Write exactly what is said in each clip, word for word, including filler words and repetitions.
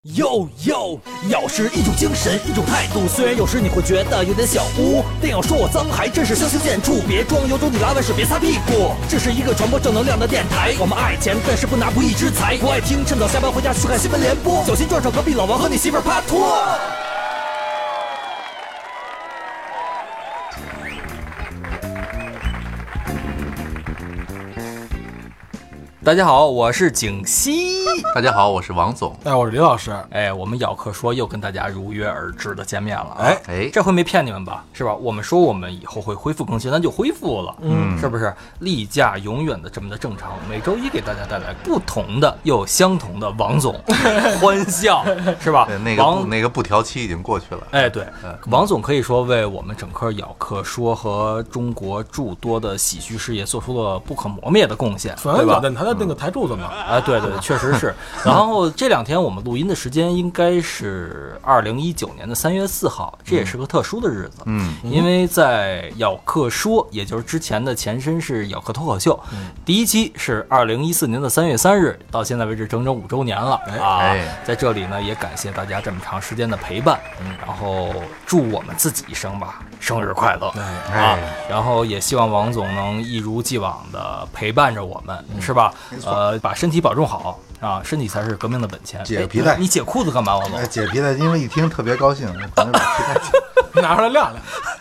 哟哟，咬是一种精神，一种态度。虽然有时你会觉得有点小污，但要说我脏还真是相形见绌。别装有种你拉完屎别擦屁股。这是一个传播正能量的电台，我们爱钱，但是不拿不义之财。不爱听，趁早下班回家去看新闻联播，小心撞上隔壁老王和你媳妇儿趴拖。大家好，我是景熙。 大家好，我是王总。 哎，我是李老师。 哎，我们咬客说又跟大家如约而至的见面了、啊。 哎哎， 这回没骗你们吧？是吧？我们说我们以后会恢复更新，咱就恢复了。嗯，是不是？例假永远的这么的正常，每周一给大家带来不同的又相同的王总欢笑，是吧？ 那个不那个不调期已经过去了。 哎，对，嗯、王总可以说为我们整个咬客说和中国诸多的喜剧事业做出了不可磨灭的贡献，对吧？ 他的那个台柱子嘛， 啊，对对，确实是。然后这两天我们录音的时间应该是二零一九年的三月四号，这也是个特殊的日子。嗯，因为在咬客说，也就是之前的前身是咬客脱口秀，嗯、第一期是二零一四年的三月三日，到现在为止整整五周年了、哎、啊！哎、在这里呢，也感谢大家这么长时间的陪伴，嗯、然后祝我们自己一生吧，生日快乐、哎、啊！然后也希望王总能一如既往的陪伴着我们，嗯、是吧？呃，把身体保重好啊，身体才是革命的本钱。 解皮带， 你解裤子干嘛，王总？ 解皮带，因为一听特别高兴，把皮带你拿出来晾晾。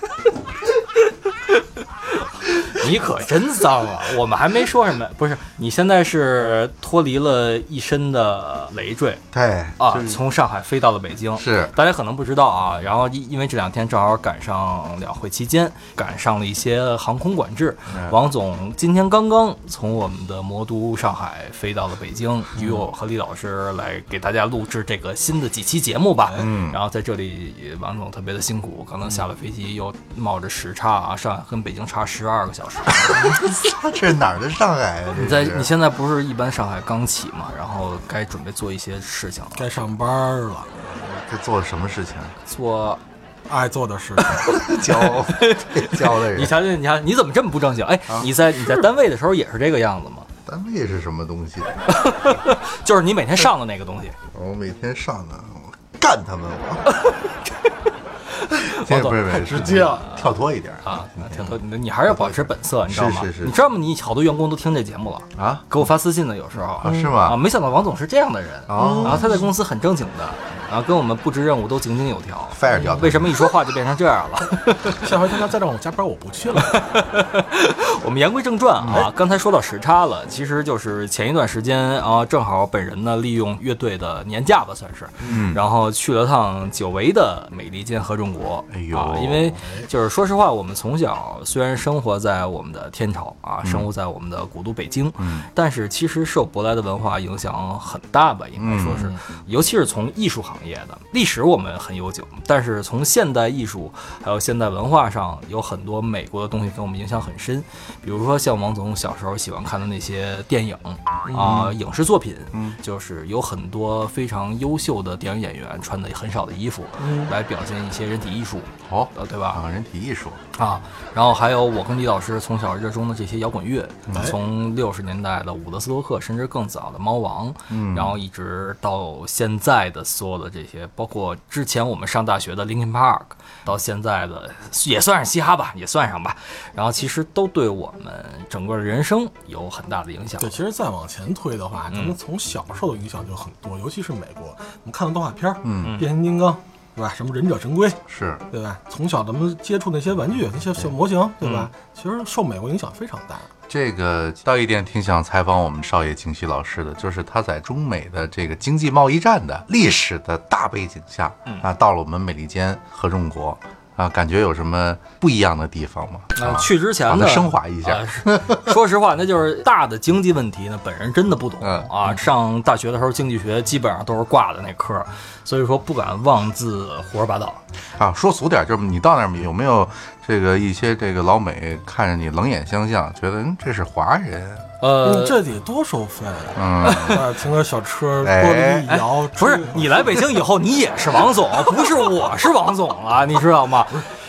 你可真脏啊！我们还没说什么，不是？你现在是脱离了一身的累赘， 对啊，从上海飞到了北京。 是， 大家可能不知道啊。然后因为这两天正好赶上两会期间，赶上了一些航空管制。嗯、王总今天刚刚从我们的魔都上海飞到了北京，与我和李老师来给大家录制这个新的几期节目吧。嗯，然后在这里，王总特别的辛苦，可能下了飞机又冒着时差啊，上海跟北京差十二个小时。 这是哪儿的上海啊？ 你在你现在不是一般上海刚起嘛？然后该准备做一些事情了， 该上班了。 该做什么事情？ 做爱做的事情， 教教的人。 你瞧瞧，你瞧，你怎么这么不正经？哎，啊、你在你在单位的时候也是这个样子吗？ 单位是什么东西？ 就是你每天上的那个东西。 我每天上的，我干他们我。这不是不是直接跳脱一点啊，跳脱，你还是要保持本色，你知道吗？ 是是是， 你知道吗？你好多员工都听这节目了啊，给我发私信的，有时候啊，是吗？ 啊，没想到王总是这样的人啊，然后他在公司很正经的，然后跟我们布置任务都井井有条 ，fire 掉。 为什么一说话就变成这样了？ 下回他再让我加班，我不去了。 我们言归正传啊，刚才说到时差了，其实就是前一段时间啊，正好本人呢利用乐队的年假吧，算是，嗯，然后去了趟久违的美利坚合众国。 哎呦， 啊，因为就是说实话，我们从小虽然生活在我们的天朝啊，嗯、生活在我们的古都北京，嗯，但是其实受舶来的文化影响很大吧，应该说是，嗯、尤其是从艺术行业的历史我们很悠久，但是从现代艺术还有现代文化上，有很多美国的东西给我们影响很深，比如说像王总小时候喜欢看的那些电影啊、呃，影视作品，嗯，就是有很多非常优秀的电影演员穿的很少的衣服，嗯，来表现一些人体艺术。 哦， 对吧？ 啊，人体艺术啊，然后还有我跟李老师从小热衷的这些摇滚乐，嗯、从六十年代的伍德斯托克，甚至更早的猫王，嗯，然后一直到现在的所有的这些，包括之前我们上大学的 Linkin Park， 到现在的也算是嘻哈吧，也算上吧。然后其实都对我们整个的人生有很大的影响。 对，其实再往前推的话，咱们从小受的影响就很多，尤其是美国，我们看的动画片，嗯，变形金刚。对吧？什么忍者神龟是， 对吧？从小咱们接触那些玩具、那些小模型，对吧？嗯、其实受美国影响非常大。 这个倒一点挺想采访我们少爷景熙老师的，就是他在中美的这个经济贸易战的历史的大背景下，嗯、啊，到了我们美利坚合众国。啊，感觉有什么不一样的地方吗？ 啊，去之前呢， 升华一下。 啊、说实话，那就是大的经济问题呢，本人真的不懂、嗯、啊。上大学的时候，经济学基本上都是挂的那科，所以说不敢妄自胡说八道。 啊，说俗点，就是你到那儿有没有这个一些这个老美看着你冷眼相向，觉得嗯这是华人？ 呃，你这得多收费啊！嗯，停个小车，玻璃一摇， 不是你来北京以后，你也是王总，不是我是王总了，你知道吗？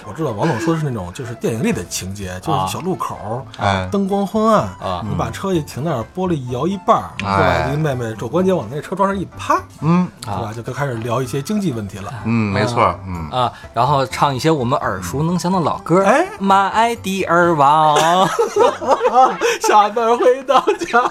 我知道王总说的是那种就是电影里的情节，就是小路口， 哎， 灯光昏暗啊， 你把车一停那儿，玻璃一摇一半，对吧？一个妹妹肘关节往那车窗上一趴， 嗯， 对吧？就开始聊一些经济问题了。 嗯，没错，嗯啊，然后唱一些我们耳熟能详的老歌， 哎马爱的儿王。 下班回到家。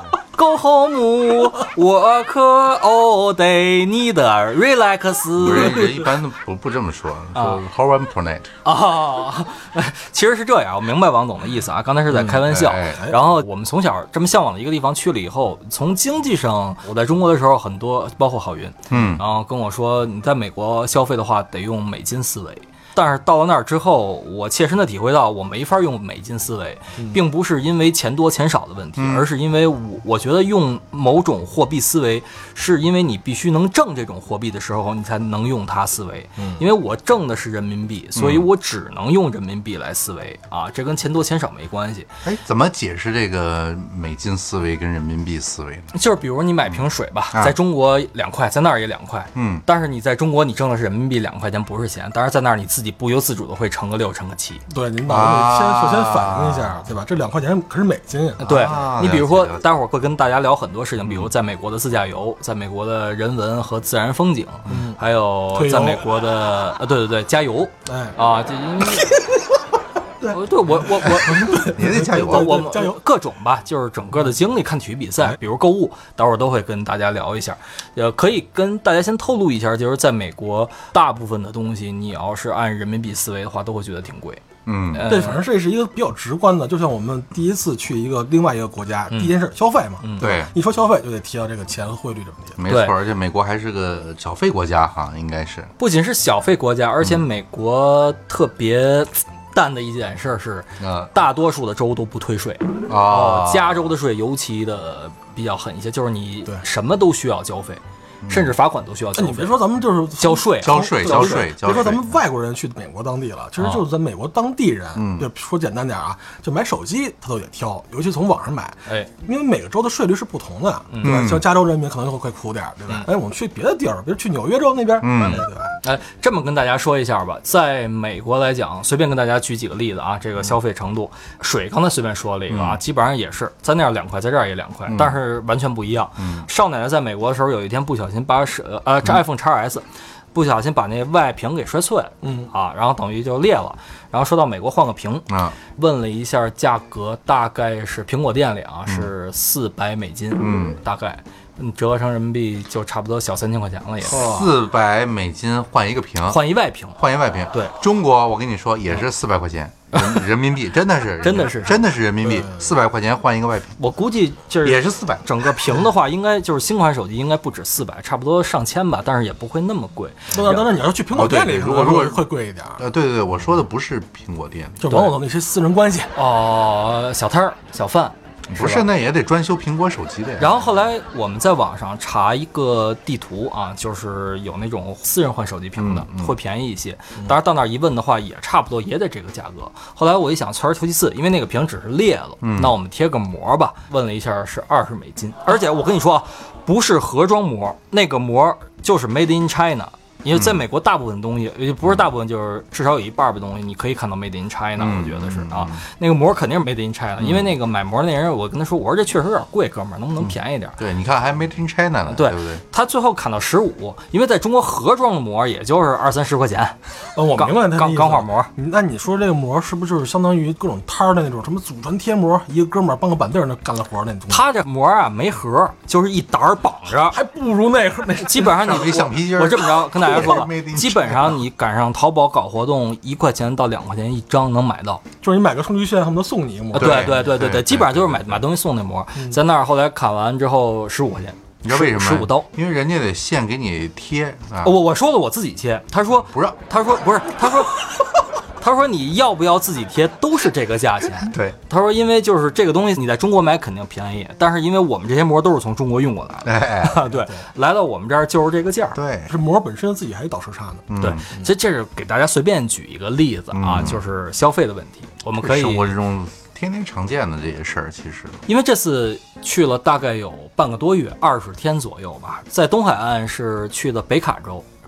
Go home， 我可哦得你的 relax。 不是人一般都不不这么说，说 Howard Planet 啊，其实是这样，我明白王总的意思啊，刚才是在开玩笑。 嗯哎然后我们从小这么向往的一个地方去了以后，从经济上，我在中国的时候很多，包括郝云， 嗯， 然后跟我说，你在美国消费的话得用美金思维。但是到了那儿之后，我切身的体会到，我没法用美金思维，并不是因为钱多钱少的问题， 嗯、 而是因为我我觉得用某种货币思维，是因为你必须能挣这种货币的时候，你才能用它思维。嗯、因为我挣的是人民币，所以我只能用人民币来思维啊，这跟钱多钱少没关系。 哎，怎么解释这个美金思维跟人民币思维呢？ 就是比如你买瓶水吧， 啊、 在中国两块，在那儿也两块， 嗯， 但是你在中国你挣的是人民币两块钱，不是钱，当然在那儿你自己不由自主的会乘个六，乘个七。 对，您把我先、啊、首先反映一下，对吧？这两块钱可是美金啊。 对、 啊、 你比如说，待会儿会跟大家聊很多事情，比如在美国的自驾游，在美国的人文和自然风景，嗯、还有在美国的呃，对对对，加油， 哎啊，这因为。对，对我我我， 你得加油， 我我加油， 各种吧，就是整个的经历，看体育比赛，比如购物，待会儿都会跟大家聊一下。呃，可以跟大家先透露一下，就是在美国，大部分的东西，你要是按人民币思维的话，都会觉得挺贵。 嗯， 对，反正这是一个比较直观的，就像我们第一次去一个另外一个国家， 嗯、 第一件事消费嘛， 嗯、 对， 一说消费就得提到这个钱和汇率这问题。 没错，而且美国还是个小费国家哈，应该是不仅是小费国家，而且美国特别淡的一件事是， 嗯、 大多数的州都不退税哦， 加州的税尤其的比较狠一些，就是你对什么都需要交费。甚至罚款都需要交费。 你别说咱们就是交税、 交税、交税， 别说咱们外国人去美国当地了，其实就是咱美国当地人， 嗯， 就说简单点啊，就买手机他都得挑，尤其从网上买， 哎， 因为每个州的税率是不同的，对吧？像加州人民可能会会苦点，对吧？哎，我们去别的地儿，比如去纽约州那边， 嗯， 对吧？ 哎，这么跟大家说一下吧，在美国来讲，随便跟大家举几个例子啊，这个消费程度，水刚才随便说了一个啊，基本上也是在那儿两块，在这儿也两块，但是完全不一样。少奶奶在美国的时候，有一天不小心把手呃这 iPhone X S 不小心把那外屏给摔碎了， 嗯啊，然后等于就裂了。然后说到美国换个屏啊， 问了一下价格，大概是苹果店里啊是四百美金， 嗯， 大概。嗯，折合成人民币就差不多小三千块钱了，也四百美金换一个屏， 换一外屏， 换一外屏。 对， 中国我跟你说也是四百块钱人人民币，真的是真的是真的是人民币四百块钱换一个外屏。 我估计就是也是四百， 整个屏的话，应该就是新款手机应该不止四百，差不多上千吧，但是也不会那么贵。 当然，当然你要去苹果店里， 如果说会贵一点。 呃，对对对，我说的不是苹果店里， 就网友的那些私人关系哦，小摊儿、小贩。 不是，那也得专修苹果手机的呀。 然后后来我们在网上查一个地图啊，就是有那种私人换手机屏的， 嗯嗯、 会便宜一些。当然到那儿一问的话，也差不多也得这个价格。后来我一想，退而求其次，因为那个屏只是裂了， 嗯、 那我们贴个膜吧。问了一下是二十美金，而且我跟你说啊，不是盒装膜，那个膜就是 Made in China。因为在美国，大部分东西，也不是大部分，就是至少有一半的东西，你可以看到 Made in China，、嗯、我觉得是啊，那个膜肯定是 Made in China，、嗯、因为那个买膜那人，我跟他说，我说这确实有点贵，哥们儿，能不能便宜点、 嗯？对，你看还 Made in China 呢， 对对不对？ 他最后砍到十五，因为在中国盒装的膜也就是二三十块钱。 呃，我明白他钢钢化膜。 那你说这个膜是不是就是相当于各种摊儿的那种什么祖传贴膜？一个哥们儿搬个板凳儿那干了活那种？ 他这膜啊没盒，就是一沓儿绑着， 还不如那盒那。 基本上你橡皮筋。 我这么着跟大家说吧，基本上你赶上淘宝搞活动，一块钱到两块钱一张能买到。 就是你买个充气线，恨不得送你一膜。 对对对对对，基本上就是买买东西送那膜，在那儿后来砍完之后十五块钱。 你知道为什么？ 十五刀， 因为人家得现给你贴啊。 我我说了我自己贴，他说不让， 他说不是，他说他说你要不要自己贴都是这个价钱。 对， 他说因为就是这个东西你在中国买肯定便宜，但是因为我们这些膜都是从中国运过来的， 哎， 对，来到我们这儿就是这个价。 对， 是膜本身自己还有倒时差呢。 嗯、 对，这这是给大家随便举一个例子啊， 嗯、 就是消费的问题，我们可以生活之中天天常见的这些事儿，其实因为这次去了大概有半个多月，二十天左右吧，在东海岸是去的北卡州。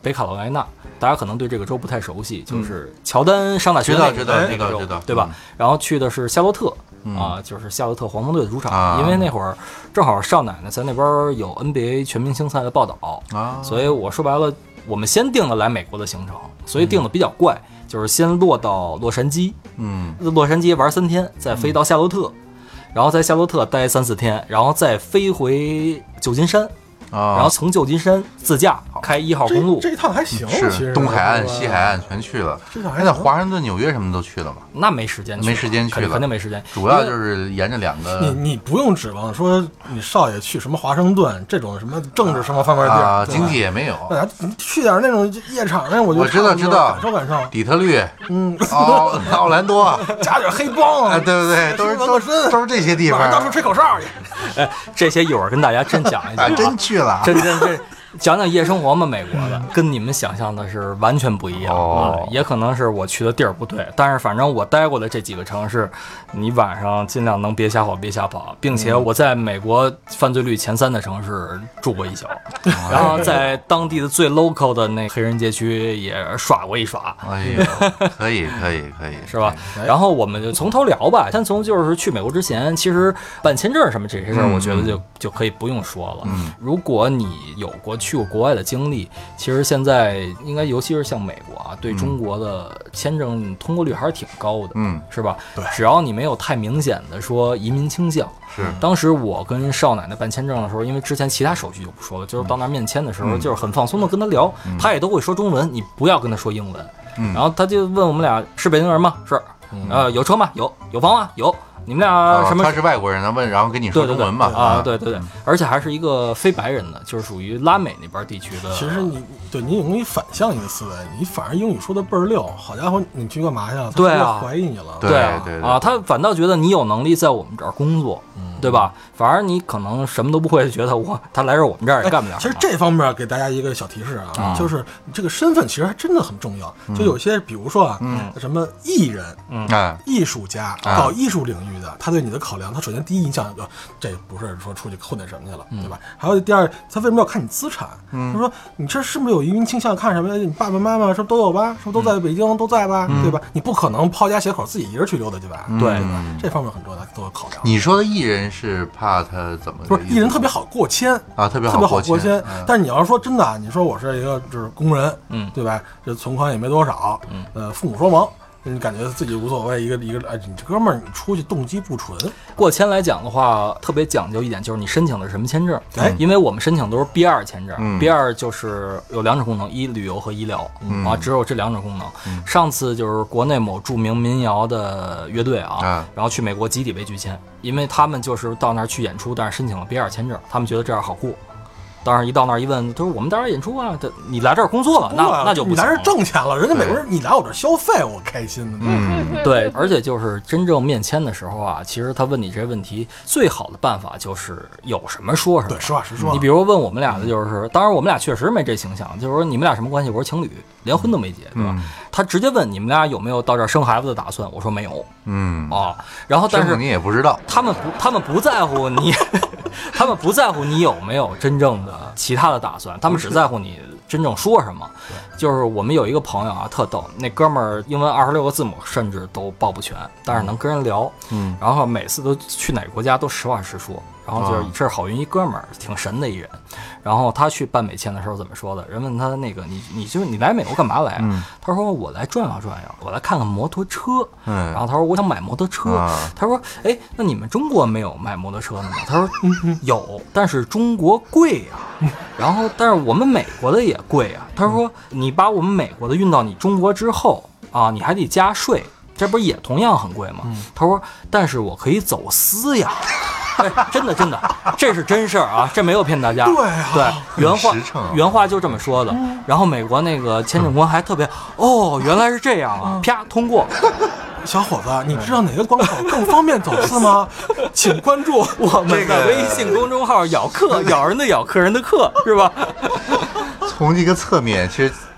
北卡罗来纳。大家可能对这个州不太熟悉，就是乔丹上大学那知道个那个州，对吧？然后去的是夏洛特啊，就是夏洛特黄蜂队的主场，因为那会儿正好少奶奶在那边有 N B A 全明星赛的报道啊，所以我说白了，我们先定了来美国的行程，所以定的比较怪，就是先落到洛杉矶，嗯，洛杉矶玩三天，再飞到夏洛特，然后在夏洛特待三四天，然后再飞回旧金山。啊，然后从旧金山自驾开一号公路， 这一趟还行， 是东海岸、西海岸全去了。还在华盛顿、纽约什么都去了嘛？ 那没时间去， 没时间去了， 肯定没时间。 主要就是沿着两个， 你你不用指望说你少爷去什么华盛顿这种什么政治什么方面的地儿啊，经济也没有。 你去点那种夜场那，我就我知道知道， 感受感受。 底特律， 嗯， 奥奥兰多， 加点黑帮啊， 对不对？都是都是都是这些地方， 到处吹口哨去。 哎，这些一会儿跟大家真讲一讲， 真去了， 真真真。讲讲夜生活嘛，美国的跟你们想象的是完全不一样、 哦嗯、也可能是我去的地儿不对，但是反正我待过的这几个城市，你晚上尽量能别瞎跑别瞎跑，并且我在美国犯罪率前三的城市住过一宿，嗯、然后在当地的最 local 的那黑人街区也耍过一耍。 哎呦，可以可以可以， 是吧？然后我们就从头聊吧，先从就是去美国之前，其实办签证什么这些事儿，我觉得就、嗯、就可以不用说了。 嗯， 如果你有过去过国外的经历，其实现在应该尤其是像美国啊，对中国的签证通过率还是挺高的， 嗯， 是吧？ 对， 只要你没有太明显的说移民倾向。 是， 当时我跟少奶奶办签证的时候，因为之前其他手续就不说了，就是到那儿面签的时候， 嗯、 就是很放松的跟他聊，嗯、他也都会说中文，你不要跟他说英文。 嗯、 然后他就问我们俩是北京人吗？是，嗯、呃，有车吗？有，有房吗？有。你们俩什么？ 哦、他是外国人，他问，然后跟你说中文嘛？ 啊，对对对，而且还是一个非白人的，就是属于拉美那边地区的。 其实你对你容易反向一个思维，你反而英语说的倍儿溜，好家伙，你去干嘛去了？ 对啊， 怀疑你了。 对啊， 对啊，他反倒觉得你有能力在我们这儿工作， 嗯、 对吧？反而你可能什么都不会，觉得我他来这我们这儿也干不了、 哎。其实这方面给大家一个小提示啊，嗯、就是这个身份其实还真的很重要。 嗯、 就有些比如说啊， 嗯、 什么艺人、 嗯、 艺术家、 嗯、 搞艺术领域的，他对你的考量，他首先第一印象，这不是说出去混点什么去了， 嗯、 对吧？还有第二，他为什么要看你资产？ 嗯、 他说你这是不是有移民倾向？看什么？你爸爸妈妈是不是都有吧？是不是都在北京、嗯、都在吧？对吧？你不可能抛家携口自己一人去溜达去吧？ 嗯、 对吧？这方面很重要，都要考量。 你说的艺人是怕他怎么？ 不是艺人特别好过签啊，特别特别好过签。 嗯、但是你要是说真的，你说我是一个就是工人， 嗯， 对吧？这存款也没多少， 嗯， 呃，父母双亡。你感觉自己无所谓，一个一个，哎，你这哥们儿，你出去动机不纯。 过签来讲的话，特别讲究一点，就是你申请的是什么签证。 哎， 因为我们申请都是 B 二 签证、 嗯、 ，B 二 就是有两种功能，一旅游和医疗、 嗯、 啊，只有这两种功能。 嗯、 上次就是国内某著名民谣的乐队啊， 啊然后去美国集体被拒签，因为他们就是到那儿去演出，但是申请了 B 二 签证，他们觉得这样好过。当时一到那儿一问，他说我们到这儿演出啊，你来这儿工作了，那那就不行了。 你来这儿挣钱了，人家美国人你来我这儿消费，我开心的。 嗯， 对，而且就是真正面签的时候啊，其实他问你这些问题，最好的办法就是有什么说什么。 对，实话实说。 你比如问我们俩的就是，当然我们俩确实没这形象，就是说你们俩什么关系？我说情侣，连婚都没结，对吧？ 嗯、 他直接问你们俩有没有到这儿生孩子的打算？我说没有。 嗯啊，然后但是你也不知道， 他们不，他们不在乎你，他们不在乎你有没有真正的其他的打算，他们只在乎你真正说什么。就是我们有一个朋友啊，特逗，那哥们儿英文二十六个字母甚至都报不全，但是能跟人聊， 嗯， 然后每次都去哪个国家都实话实说。然后就是这是郝云一哥们儿，挺神的一人。然后他去办美签的时候怎么说的？人问他那个你你就你来美国干嘛来？ 嗯、 他说我来转悠转悠，我来看看摩托车。 嗯， 然后他说我想买摩托车。 啊、 他说哎，那你们中国没有卖摩托车的吗？他说、嗯、有，但是中国贵呀、啊。然后但是我们美国的也贵啊。他说你把我们美国的运到你中国之后啊，你还得加税，这不是也同样很贵吗？ 嗯、 他说但是我可以走私呀。哎，真的真的，这是真事儿啊，这没有骗大家。 对啊， 对，原话啊、 原话就这么说的。 嗯、 然后美国那个签证官还特别，哦，原来是这样啊，啪通过。 小伙子，你知道哪个关口更方便走私吗？请关注我们的微信公众号“咬客”，咬人的咬，客人的客，是吧？ 从这个侧面，其实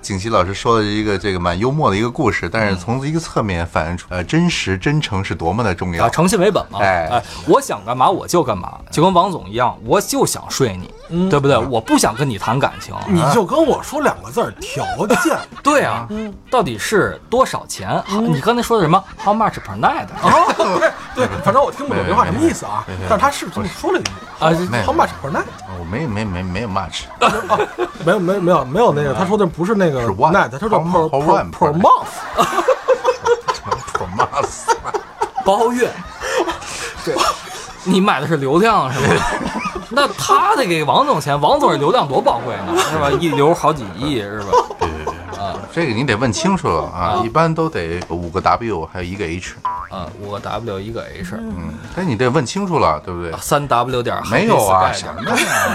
景熙老师说的一个这个蛮幽默的一个故事，但是从一个侧面反映出呃真实真诚是多么的重要， 啊，诚信为本嘛。 哎哎，我想干嘛我就干嘛，就跟王总一样，我就想睡你，嗯、对不对？我不想跟你谈感情， 你就跟我说两个字儿条件。 对啊，嗯、到底是多少钱？嗯、你刚才说的什么 ？How much per night？ 啊，对对，反正我听不懂这话什么意思啊，但是他是这么说了一句啊 ，How much per night？ 我没没没没有 much， 没有没没有没有那个，他说的不是那个 night， 他说的 per per per month。per month， 包月。对，你买的是流量是吧？那他得给王总钱，王总这流量多宝贵呢，是吧？一流好几亿是吧？ 对对对，啊，这个你得问清楚了啊，一般都得五个 W 还有一个 H， 啊，五个 W 一个 H， 嗯，但你得问清楚了，对不对？ 三 W 点没有啊，什么呀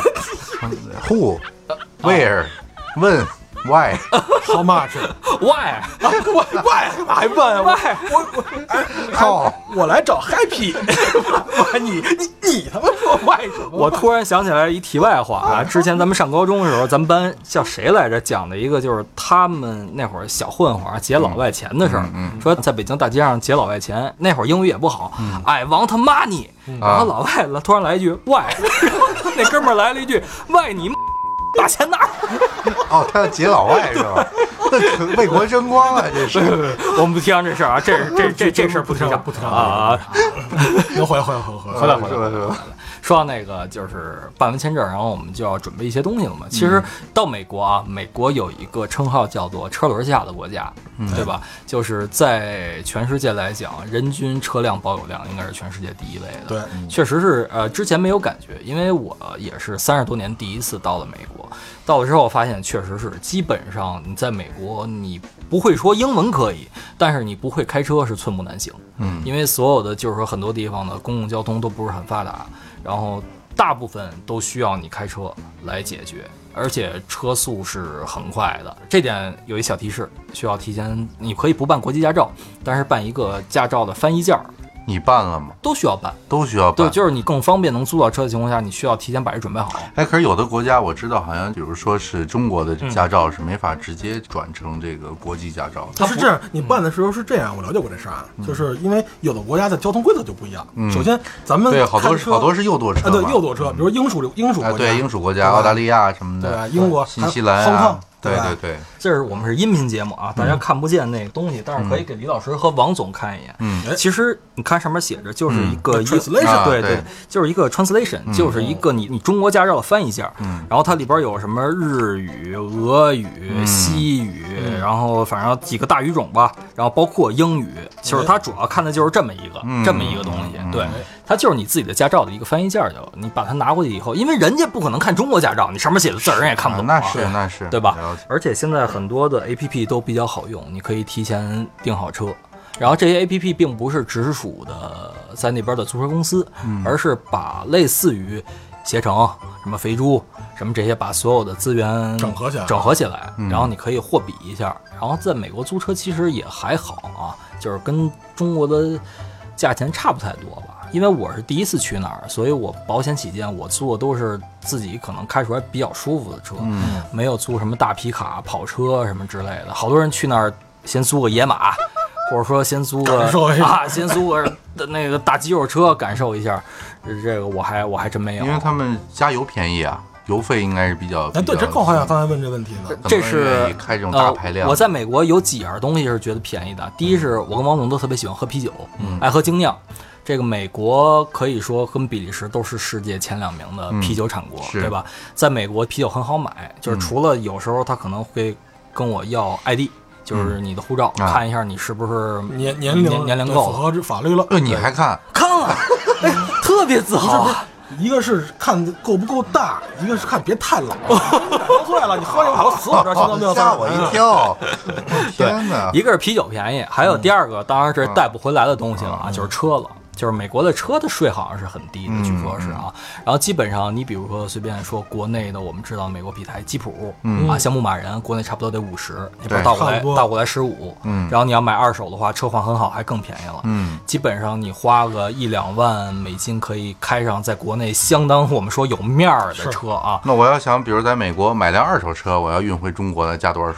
？Who where 问。Why? How much? Why? Why? 干嘛还问啊？ Why? 我我哎好，我来找 Happy。你你你他妈说 Why 什么？ 我突然想起来一题外话啊，之前咱们上高中的时候，咱们班叫谁来着讲的一个，就是他们那会儿小混混劫老外钱的事儿，说在北京大街上劫老外钱，那会儿英语也不好，I want money，然后老外突然来一句 Why， 那哥们儿来了一句 Why 你。打钱哪儿？ 哦，他要劫老外是吧？那为国争光啊！这是我们不提倡这事儿啊，这这这这事儿不提倡， 不提倡啊！ 能回来回来回来回来回来回来。说到那个就是办完签证，然后我们就要准备一些东西了嘛。其实到美国啊，美国有一个称号叫做车轮下的国家，对吧？就是在全世界来讲，人均车辆保有量应该是全世界第一位的。 对， 确实是呃，之前没有感觉，因为我也是三十多年第一次到了美国。到了之后发现，确实是基本上你在美国，你不会说英文可以，但是你不会开车是寸步难行。嗯，因为所有的就是说很多地方的公共交通都不是很发达，然后大部分都需要你开车来解决，而且车速是很快的。这点有一小提示，需要提前，你可以不办国际驾照，但是办一个驾照的翻译件。 你办了吗？ 都需要办， 都需要办。 对，就是你更方便能租到车的情况下，你需要提前把这准备好。 哎，可是有的国家我知道，好像比如说是中国的驾照是没法直接转成这个国际驾照的。 它是这样，你办的时候是这样，我了解过这事儿啊，就是因为有的国家的交通规则就不一样。首先，咱们对好多是好多是右舵车， 对右舵车，比如英属英属国家， 对英属国家，澳大利亚什么的， 对英国、 新西兰啊。对对对， 这是我们是音频节目啊，大家看不见那个东西，但是可以给李老师和王总看一眼。嗯，其实你看上面写着就是一个 translation， 对对，就是一个 translation，就是一个你你中国驾照的翻译件。嗯，然后它里边有什么日语、俄语、西语，然后反正几个大语种吧，然后包括英语，就是它主要看的就是这么一个这么一个东西。对，它就是你自己的驾照的一个翻译件就，你把它拿过去以后，因为人家不可能看中国驾照，你上面写的字人也看不懂。 那是那是， 对吧？而且现在很多的 A P P 都比较好用，你可以提前订好车，然后这些 A P P 并不是直属的在那边的租车公司，嗯、而是把类似于携程、什么飞猪、什么这些，把所有的资源整合起来， 整合起来，然后你可以货比一下。然后在美国租车其实也还好啊，就是跟中国的价钱差不太多吧。因为我是第一次去那儿，所以我保险起见，我租的都是自己可能开出来比较舒服的车，嗯、没有租什么大皮卡、跑车什么之类的。好多人去那儿先租个野马，或者说先租个啊，先租个那个大肌肉车感受一下。这个我还我还真没有， 因为他们加油便宜啊。油费应该是比较， 哎，对，这刚好像刚才问这问题呢。 这是开这种大排量、 呃。我在美国有几样东西是觉得便宜的。第一是我跟王总都特别喜欢喝啤酒，嗯、爱喝精酿。这个美国可以说跟比利时都是世界前两名的啤酒产国， 嗯、 对吧？在美国啤酒很好买，就是除了有时候他可能会跟我要 I D。就是你的护照，嗯、看一下你是不是年年龄年龄够符合法律了。 对，你还看看了，哎，特别自豪。 一个是看够不够大，一个是看别太老。喝醉了，你喝一口死我这儿心脏病， 吓我一跳。天哪！ 一个是啤酒便宜，还有第二个，当然这是带不回来的东西了啊，就是车了。就是美国的车的税好像是很低的，据说是啊。然后基本上你比如说随便说国内的，我们知道美国比台吉普，嗯啊，像牧马人，国内差不多得五十，那边倒过来倒过来十五，嗯。然后你要买二手的话，车况很好还更便宜了，嗯。基本上你花个一两万美金可以开上在国内相当我们说有面儿的车啊。 那我要想，比如在美国买辆二手车，我要运回中国的加多少税？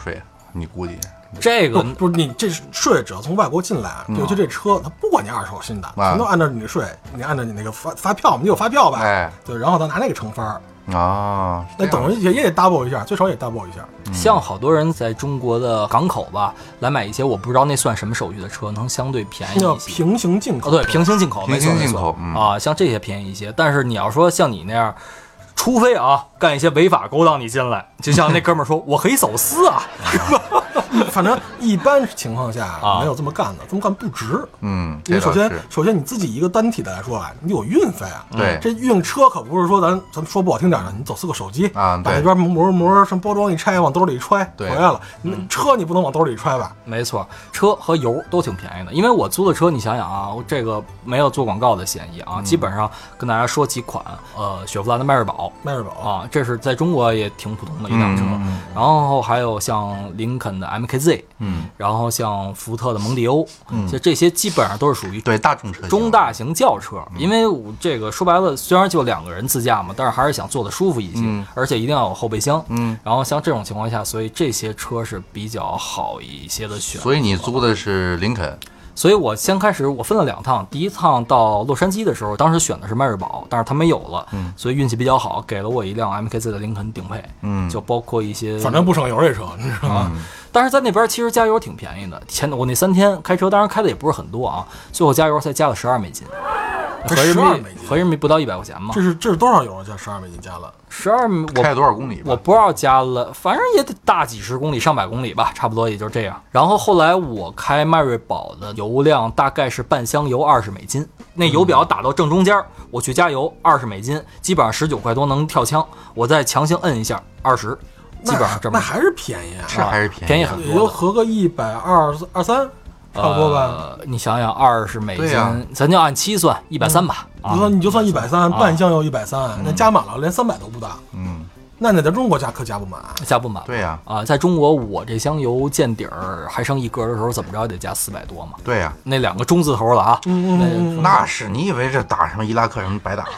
你估计这个不不是你这税只要从外国进来， 嗯、 尤其这车，他不管你二手新的，全都按照你的税，你按照你那个发发票，你有发票吧？ 哎， 对，然后咱拿那个乘分儿。 啊， 那等于也也得 double 一下，最少也 double 一下。 像好多人在中国的港口吧，来买一些我不知道那算什么手续的车，能相对便宜一些。 平行进口， 哦，对，平行进口， 平行进口、嗯、 啊，像这些便宜一些。但是你要说像你那样，除非啊干一些违法勾当你进来，就像那哥们儿说，我可以走私啊，是吧？ 反正一般情况下啊没有这么干的，这么干不值。 嗯， 因为首先首先你自己一个单体的来说啊，你有运费啊。 对， 这运车可不是说咱咱说不好听点的，你走私个手机啊， 把那边膜膜什么包装一拆，往兜里一揣，回来了。你车你不能往兜里一揣吧？ 没错，车和油都挺便宜的。因为我租的车，你想想啊，这个没有做广告的嫌疑啊，基本上跟大家说几款，呃，雪佛兰的迈锐宝， 迈锐宝啊，这是在中国也挺普通的一辆车。 嗯、 然后还有像林肯的 M K Z， 嗯， 然后像福特的蒙迪欧， 嗯， 就这些基本上都是属于对大众车、 中大型轿车。因为我这个说白了，虽然就两个人自驾嘛，但是还是想坐得舒服一些， 嗯、 而且一定要有后备箱。 嗯， 然后像这种情况下，所以这些车是比较好一些的选择。 所以你租的是林肯。 所以我先开始我分了两趟，第一趟到洛杉矶的时候，当时选的是迈锐宝，但是它没有了， 嗯， 所以运气比较好，给了我一辆 M K Z 的林肯顶配， 嗯， 就包括一些， 反正不省油这车，你知道吗？ 嗯、但是在那边其实加油挺便宜的，前我那三天开车，当然开的也不是很多啊，最后加油才加了十二美金，合人民币合人民币不到一百块钱嘛。 这是这是多少油啊？加十二美金加了十二，我开了多少公里吧？ 我不知道加了，反正也得大几十公里、上百公里吧，差不多也就这样。然后后来我开迈锐宝的油量大概是半箱油二十美金，那油表打到正中间，我去加油二十美金，基本上十九块多能跳枪，我再强行摁一下二十，基本上这么那还是便宜啊， 是还是便宜， 便宜很多， 也就合个一百二二三。差不多吧、 呃，你想想，二十美金， 啊、 咱就按七算，一百三吧。 你、嗯、说、啊、你就算一百三，半箱油一百三，那加满了连三百都不到。 嗯， 那你在中国加可加不满， 加不满。 对呀、 啊，啊，在中国我这箱油见底儿还剩一格的时候，怎么着也得加四百多嘛。 对呀、啊， 那两个中字头了啊。 嗯嗯嗯， 那是你以为这打什么伊拉克什么白打？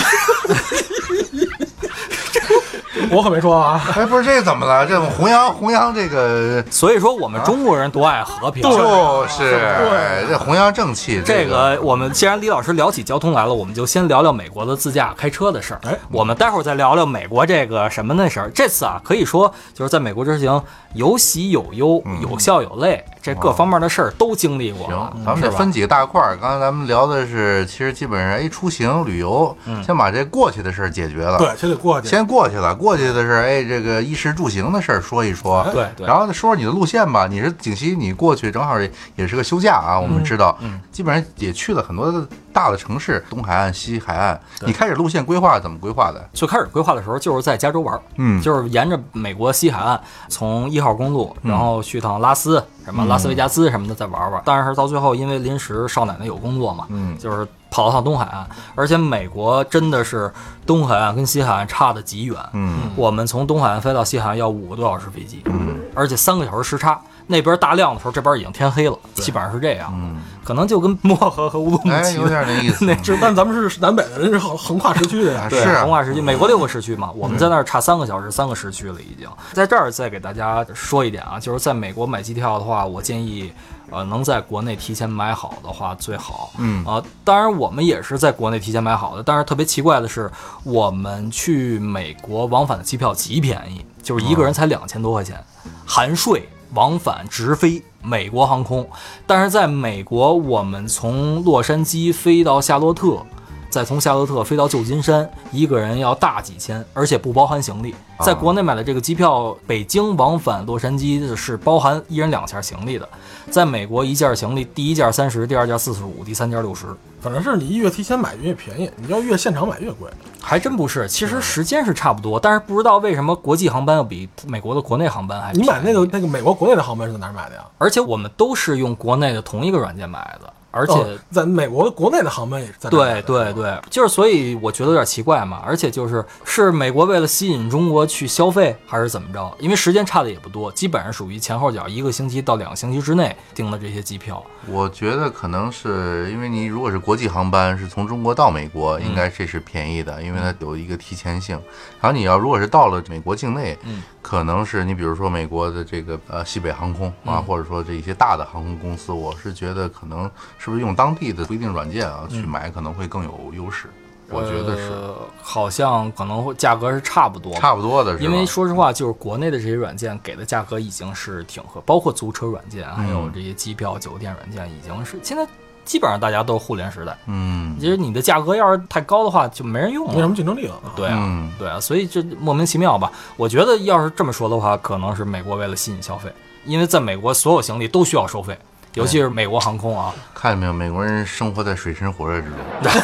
我可没说啊！ 哎，不是这怎么了？这弘扬弘扬这个， 所以说我们中国人多爱和平， 就是对这弘扬正气。 这个我们既然李老师聊起交通来了，我们就先聊聊美国的自驾开车的事儿。 哎， 我们待会儿再聊聊美国这个什么那事儿。这次啊，可以说就是在美国之行有喜有忧，有笑有泪，这各方面的事儿都经历过了。 行，咱们得分几个大块儿。刚才咱们聊的是，其实基本上哎，出行旅游，先把这过去的事儿解决了。 对，先得过去， 先过去了，过去的事儿，哎，这个衣食住行的事儿说一说。 对对。 然后再说说你的路线吧。你是景熙，你过去正好也是个休假啊，我们知道， 嗯， 基本上也去了很多的大的城市，东海岸、西海岸。你开始路线规划怎么规划的？ 最开始规划的时候就是在加州玩， 嗯， 就是沿着美国西海岸，从一号公路，然后去趟拉斯，什么拉斯维加斯什么的再玩玩。但是到最后，因为临时少奶奶有工作嘛， 嗯， 就是跑到趟东海岸，而且美国真的是东海岸跟西海岸差得极远， 嗯， 我们从东海岸飞到西海岸要五个多小时飞机， 嗯， 而且三个小时时差。那边大亮的时候，这边已经天黑了，基本上是这样。 嗯， 可能就跟漠河和乌鲁木齐， 哎，有点那意思。 那是，但咱们是南北的人，是横横跨时区的呀。 对， 是横跨时区。美国六个时区嘛，我们在那儿差三个小时，三个时区了已经。在这儿再给大家说一点啊，就是在美国买机票的话，我建议，呃，能在国内提前买好的话最好。 嗯啊、呃，当然我们也是在国内提前买好的，但是特别奇怪的是，我们去美国往返的机票极便宜，就是一个人才两千多块钱，含税。往返直飞美国航空，但是在美国，我们从洛杉矶飞到夏洛特，再从夏洛特飞到旧金山，一个人要大几千，而且不包含行李。在国内买的这个机票，北京往返洛杉矶是包含一人两件行李的，在美国一件行李，第一件三十，第二件四十五，第三件六十。 反正是你越提前买越便宜，你要越现场买越贵。 还真不是，其实时间是差不多，但是不知道为什么国际航班要比美国的国内航班还便宜。 你买那个那个美国国内的航班是在哪儿买的呀？ 而且我们都是用国内的同一个软件买的。而且、 哦、在美国国内的航班也是在对对对，就是所以我觉得有点奇怪嘛。而且就是是美国为了吸引中国国去消费，还是怎么着？因为时间差的也不多，基本上属于前后脚一个星期到两个星期之内订的这些机票。 我觉得可能是因为你如果是国际航班是从中国到美国，应该这是便宜的，嗯、因为它有一个提前性。然后你要如果是到了美国境内，嗯，可能是你比如说美国的这个呃西北航空啊，嗯、或者说这一些大的航空公司，我是觉得可能是不是用当地的不一定软件啊、嗯、去买可能会更有优势。我觉得是、 呃，好像可能会价格是差不多， 差不多的是吧。 因为说实话，就是国内的这些软件给的价格已经是挺合，包括租车软件，还有这些机票、酒店软件，已经是现在基本上大家都是互联时代。嗯，其实你的价格要是太高的话，就没人用了， 没什么竞争力了。 对啊，嗯、对啊，所以这莫名其妙吧。我觉得要是这么说的话，可能是美国为了吸引消费，因为在美国所有行李都需要收费。尤其是美国航空啊， 看见没有？美国人生活在水深火热之中。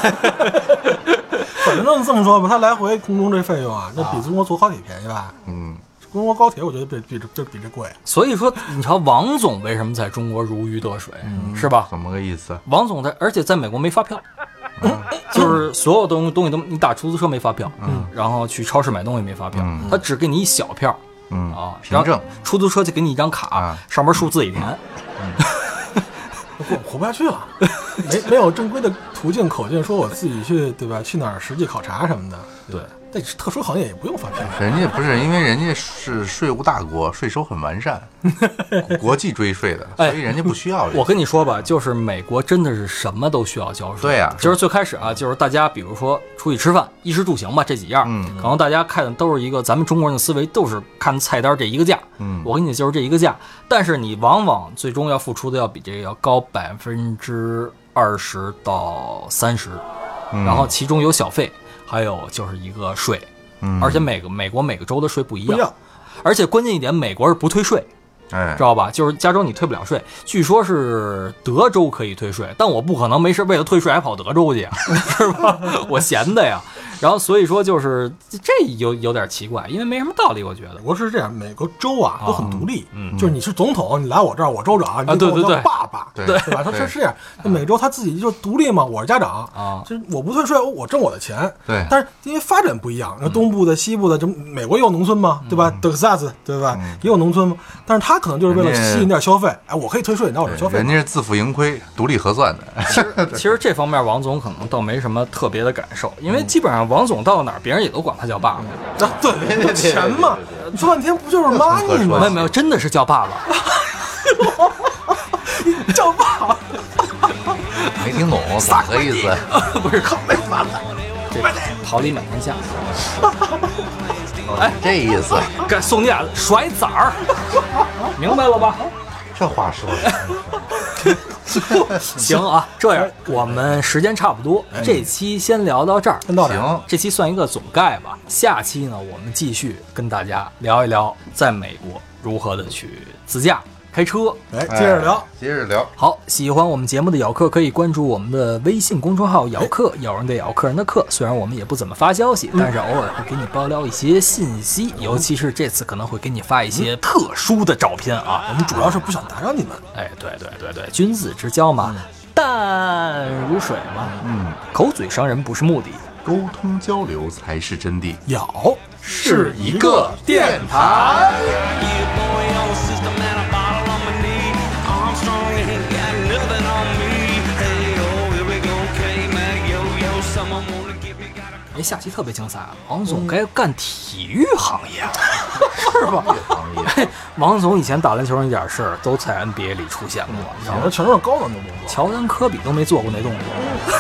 反正这么说吧，他来回空中这费用啊，那比中国坐高铁便宜吧？嗯，中国高铁我觉得比比这比这贵。 所以说，你瞧王总为什么在中国如鱼得水，嗯、是吧？ 怎么个意思？ 王总在，而且在美国没发票，嗯、就是所有东西东西都你打出租车没发票，嗯，然后去超市买东西没发票，嗯、他只给你一小票， 嗯啊， 凭证， 出租车就给你一张卡，啊、上面数字一填。嗯活活不下去了，没没有正规的途径口径，说我自己去，对吧？去哪儿实际考察什么的， 对。 但特殊行业也不用发票， 人家不是因为人家是税务大国，税收很完善，国际追税的，所以人家不需要、哎。 我跟你说吧，就是美国真的是什么都需要交税。 对呀、啊， 就是最开始啊，就是大家比如说出去吃饭，衣食住行吧这几样，嗯，可能大家看的都是一个咱们中国人的思维，都是看菜单这一个价，嗯，我跟你就是这一个价，但是你往往最终要付出的要比这个要高百分之二十到三十，然后其中有小费。还有就是一个税，嗯，而且每个美国每个州的税不一样， 不一样， 而且关键一点，美国是不退税， 哎， 知道吧？就是加州你退不了税，据说是德州可以退税，但我不可能没事为了退税还跑德州去啊，是吧？我闲的呀。然后所以说就是这有有点奇怪，因为没什么道理，我觉得。 我是这样，每个州啊都很独立，嗯，就是你是总统，你来我这儿，我州长，你对对对， 爸爸， 对对吧？他是这样，那每州他自己就独立嘛，我是家长啊，就是我不退税，我挣我的钱， 对。 但是因为发展不一样，那东部的、西部的，这美国也有农村嘛，对吧？德克萨斯，对吧？也有农村嘛，但是他可能就是为了吸引点消费，哎，我可以退税，你拿我这消费。 人家是自负盈亏，独立核算的。 其实其实这方面王总可能倒没什么特别的感受，因为基本上王总到哪儿，别人也都管他叫爸爸。 啊，对，有钱嘛，你说半天不就是妈咪吗？ 没有没有，真的是叫爸爸。 叫爸爸， 没听懂咋个意思？ 不是靠没饭了， 这桃李满天下。 哎，这意思， 该送你俩甩崽儿，明白了吧？ 这话说的。 行啊，这样我们时间差不多，这期先聊到这儿。 行， 这期算一个总概吧。下期呢，我们继续跟大家聊一聊在美国如何的去自驾开车。 哎，接着聊， 接着聊。 好，喜欢我们节目的咬客可以关注我们的微信公众号“咬客”，咬人的咬，客人的客。虽然我们也不怎么发消息，但是偶尔会给你爆料一些信息，尤其是这次可能会给你发一些特殊的照片啊。 我们主要是不想打扰你们。 哎，对对对对，君子之交嘛，淡如水嘛。嗯，口嘴伤人不是目的， 沟通交流才是真谛。 咬是一个电台。哎，下期特别精彩啊！王总该干体育行业了，是吧？哎，王总以前打篮球那点事儿都在 N B A 里出现过，你知道吗？ 全都是高难度动作， 乔丹、科比都没做过那动作。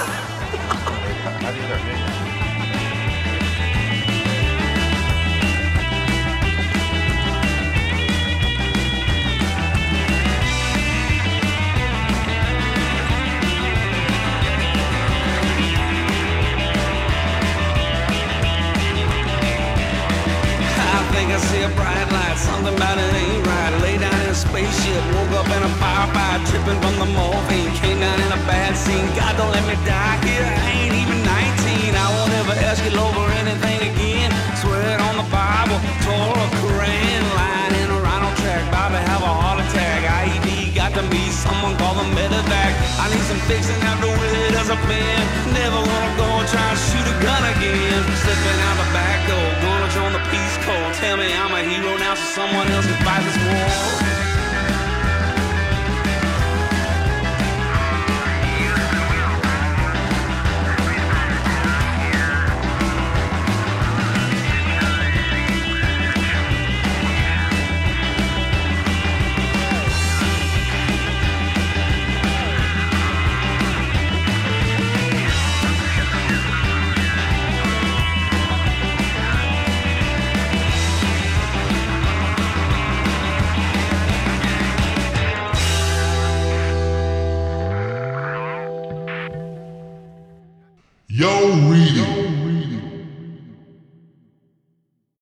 Something about it ain't right. Lay down in a spaceship, woke up in a firefight, tripping from the morphine. Came down in a bad scene. God don't let me die here. I ain't even nineteen. I won't ever ask you over anything again. Swear it on the Bible, Torah, Quran, lying in a rhino track, about to have a heart attack. I E D got to meet someone called the medevac. I need some fixing after it as a been. Never wanna go and try and shoot a gun again. Slipping out the back door, gonna join the Peace Corps. someone else who fights